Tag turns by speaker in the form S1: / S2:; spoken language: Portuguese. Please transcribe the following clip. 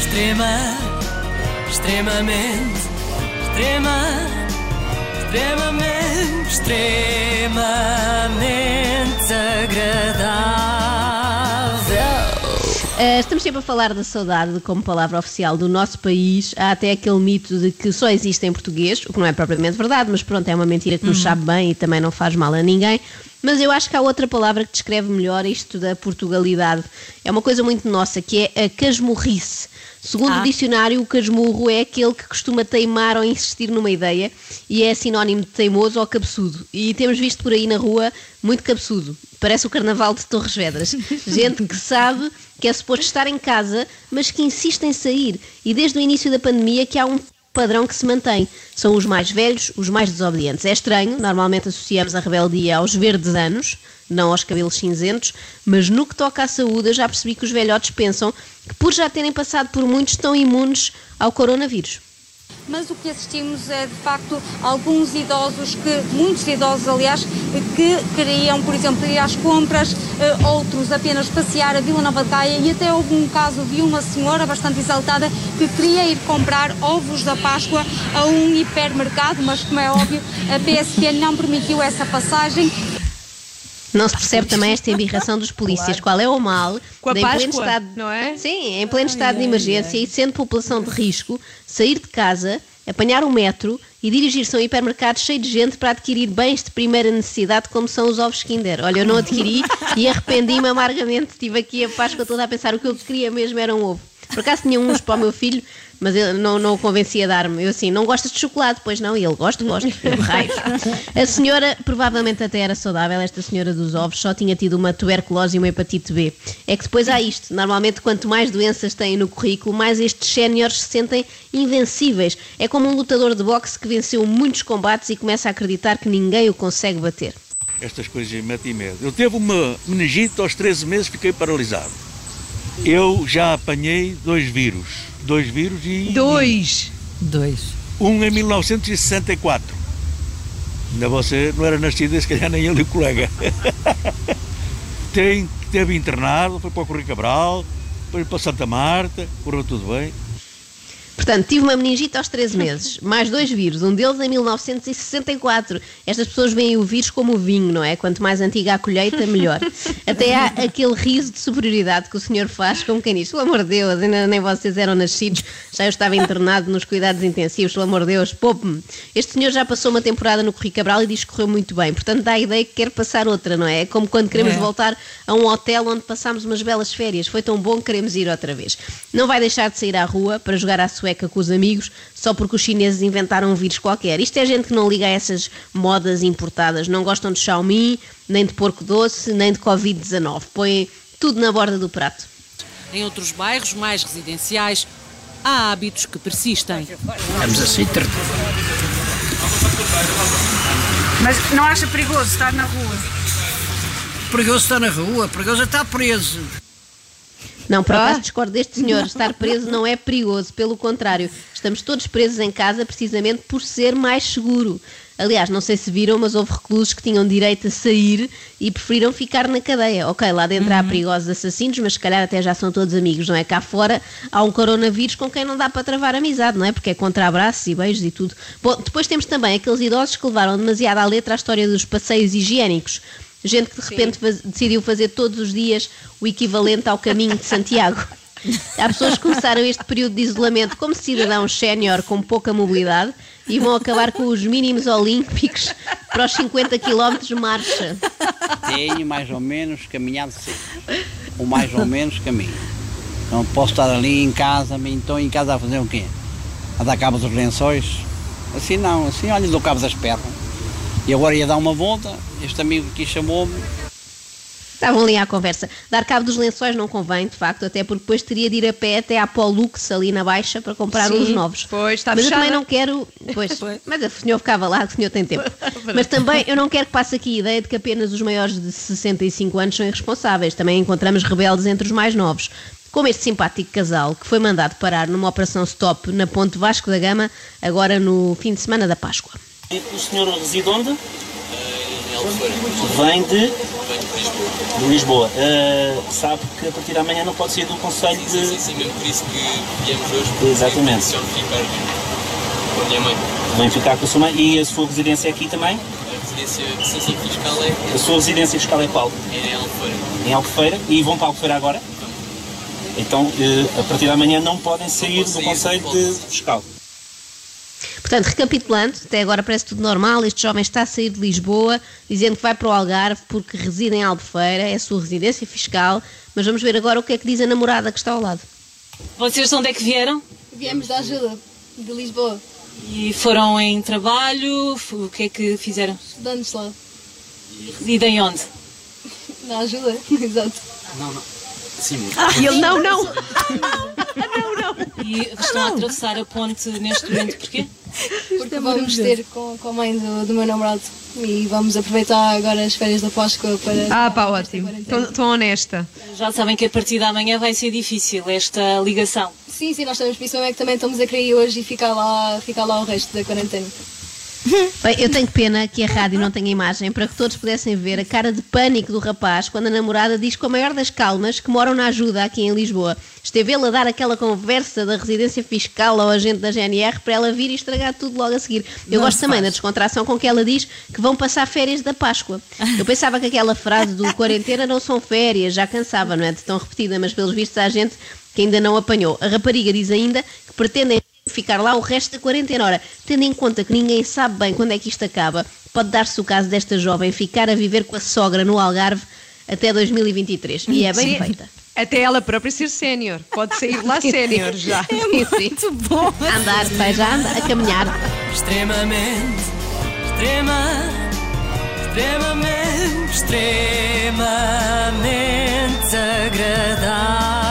S1: extremamente agradável.
S2: Estamos sempre a falar da saudade como palavra oficial do nosso país. Há até aquele mito de que só existe em português, o que não é propriamente verdade, mas pronto, é uma mentira que nos sabe bem e também não faz mal a ninguém. Mas eu acho que há outra palavra que descreve melhor isto da Portugalidade. É uma coisa muito nossa, que é a casmurrice. Segundo o dicionário, o casmurro é aquele que costuma teimar ou insistir numa ideia e é sinónimo de teimoso ou cabeçudo. E temos visto por aí na rua muito cabeçudo. Parece o Carnaval de Torres Vedras. Gente que sabe que é suposto estar em casa, mas que insiste em sair. E desde o início da pandemia que há um padrão que se mantém. São os mais velhos, os mais desobedientes. É estranho, normalmente associamos a rebeldia aos verdes anos, não aos cabelos cinzentos, mas no que toca à saúde eu já percebi que os velhotes pensam que por já terem passado por muitos estão imunes ao coronavírus.
S3: Mas o que assistimos é, de facto, muitos idosos, aliás, que queriam, por exemplo, ir às compras, outros apenas passear a Vila Nova de Gaia e até houve um caso de uma senhora bastante exaltada que queria ir comprar ovos da Páscoa a um hipermercado, mas como é óbvio, a PSP não permitiu essa passagem.
S2: Não se percebe também esta embirração dos polícias. Claro. Qual é o mal?
S4: Com a Páscoa,
S2: não é? Sim, em pleno estado de emergência e sendo população de risco, sair de casa, apanhar um metro e dirigir-se a um hipermercado cheio de gente para adquirir bens de primeira necessidade, como são os ovos Kinder. Olha, eu não adquiri e arrependi-me amargamente. Estive aqui a Páscoa toda a pensar o que eu queria mesmo era um ovo. Por acaso tinha uns para o meu filho, mas eu não o convenci a dar-me. Eu assim, não gostas de chocolate? Pois não, e ele, gosto. Raios. A senhora provavelmente até era saudável, esta senhora dos ovos, só tinha tido uma tuberculose e uma hepatite B. É que depois há isto, normalmente quanto mais doenças têm no currículo, mais estes séniores se sentem invencíveis. É como um lutador de boxe que venceu muitos combates e começa a acreditar que ninguém o consegue bater.
S5: Estas coisas metem medo. Eu tive uma meningite aos 13 meses, fiquei paralisado. Eu já apanhei dois vírus e...
S4: Dois.
S5: Um em 1964. Ainda você não era nascido, se calhar nem ele e o colega. Teve internado, foi para o Correio Cabral, foi para Santa Marta, correu tudo bem.
S2: Portanto, tive uma meningite aos 13 meses, mais dois vírus, um deles em 1964. Estas pessoas veem o vírus como o vinho, não é? Quanto mais antiga a colheita, melhor. Até há aquele riso de superioridade que o senhor faz, como quem diz, pelo amor de Deus, ainda nem vocês eram nascidos, já eu estava internado nos cuidados intensivos, pelo amor de Deus, poupe-me. Este senhor já passou uma temporada no Correio Cabral e diz que correu muito bem, portanto dá a ideia que quer passar outra, não é? É como quando queremos voltar a um hotel onde passámos umas belas férias, foi tão bom que queremos ir outra vez. Não vai deixar de sair à rua para jogar à sueca com os amigos, só porque os chineses inventaram um vírus qualquer. Isto é gente que não liga a essas modas importadas, não gostam de Xiaomi, nem de porco doce, nem de Covid-19. Põem tudo na borda do prato.
S6: Em outros bairros mais residenciais, há hábitos que persistem.
S7: Vamos assim,
S4: Mas não acha perigoso estar na rua?
S7: perigoso estar na rua, perigoso é estar preso.
S2: Não, por acaso discordo deste senhor. Estar preso não é perigoso, pelo contrário. Estamos todos presos em casa precisamente por ser mais seguro. Aliás, não sei se viram, mas houve reclusos que tinham direito a sair e preferiram ficar na cadeia. Ok, lá dentro há perigosos assassinos, mas se calhar até já são todos amigos, não é? Cá fora há um coronavírus com quem não dá para travar amizade, não é? Porque é contra abraços e beijos e tudo. Bom, depois temos também aqueles idosos que levaram demasiado à letra a história dos passeios higiênicos. Gente que de repente decidiu fazer todos os dias o equivalente ao caminho de Santiago. Há pessoas que começaram este período de isolamento como cidadãos sénior com pouca mobilidade e vão acabar com os mínimos olímpicos para os 50 km de marcha.
S8: Tenho mais ou menos caminhado sempre. Ou mais ou menos caminho. Não posso estar ali em casa, então em casa a fazer o quê? A dar cabo dos lençóis? Assim não, assim olha, dou cabo das pernas. E agora ia dar uma volta, este amigo aqui chamou-me.
S2: Estavam ali à conversa. Dar cabo dos lençóis não convém, de facto, até porque depois teria de ir a pé até à Pollux, ali na Baixa, para comprar uns novos.
S4: Pois, está
S2: mas
S4: fechada.
S2: Eu também não quero... Pois, mas o senhor ficava lá, que o senhor tem tempo. Mas também eu não quero que passe aqui a ideia de que apenas os maiores de 65 anos são irresponsáveis. Também encontramos rebeldes entre os mais novos. Como este simpático casal que foi mandado parar numa operação stop na Ponte Vasco da Gama, agora no fim de semana da Páscoa.
S9: O senhor reside onde? Vem de venho de Lisboa.
S10: De Lisboa. Sabe que a partir de amanhã não pode sair do concelho de...
S9: Sim, mesmo por isso que viemos hoje.
S10: Exatamente.
S9: Tenciono ficar com a minha mãe.
S10: Vem ficar com a sua mãe. E a sua residência aqui também?
S9: A residência fiscal é...
S10: A sua residência fiscal é qual?
S9: É em Albufeira.
S10: Em Albufeira? E vão para Albufeira agora? Então, a partir de amanhã não podem sair do concelho de fiscal.
S2: Portanto, recapitulando, até agora parece tudo normal, este jovem está a sair de Lisboa, dizendo que vai para o Algarve porque reside em Albufeira, é a sua residência fiscal, mas vamos ver agora o que é que diz a namorada que está ao lado.
S11: Vocês de onde é que vieram?
S12: Viemos da ajuda, de Lisboa.
S11: E foram em trabalho, o que é que fizeram?
S12: Estudantes lá.
S11: E residem onde?
S12: Na ajuda, exato.
S9: Não. Sim.
S2: E ele não.
S11: E estão a atravessar a ponte neste momento, porquê?
S12: Porque vamos ter com a mãe do meu namorado e vamos aproveitar agora as férias da Páscoa para...
S13: ótimo. Tão honesta.
S11: Já sabem que a partir de amanhã vai ser difícil esta ligação.
S12: Sim, nós sabemos, por isso é que também estamos a querer ir hoje e ficar lá o resto da quarentena.
S2: Bem, eu tenho pena que a rádio não tenha imagem para que todos pudessem ver a cara de pânico do rapaz quando a namorada diz com a maior das calmas que moram na ajuda aqui em Lisboa. Esteve ele a dar aquela conversa da residência fiscal ao agente da GNR para ela vir e estragar tudo logo a seguir. Eu gosto também da descontração com que ela diz que vão passar férias da Páscoa. Eu pensava que aquela frase do quarentena não são férias, já cansava, não é? De tão repetida, mas pelos vistos há gente que ainda não apanhou. A rapariga diz ainda que pretendem ficar lá o resto da quarentena. Ora, tendo em conta que ninguém sabe bem quando é que isto acaba, pode dar-se o caso desta jovem ficar a viver com a sogra no Algarve até 2023. E é bem feita.
S13: Até ela própria ser sénior. Pode sair lá sénior já.
S2: É muito bom. Andar, vai já anda, a caminhar.
S1: Extremamente agradável.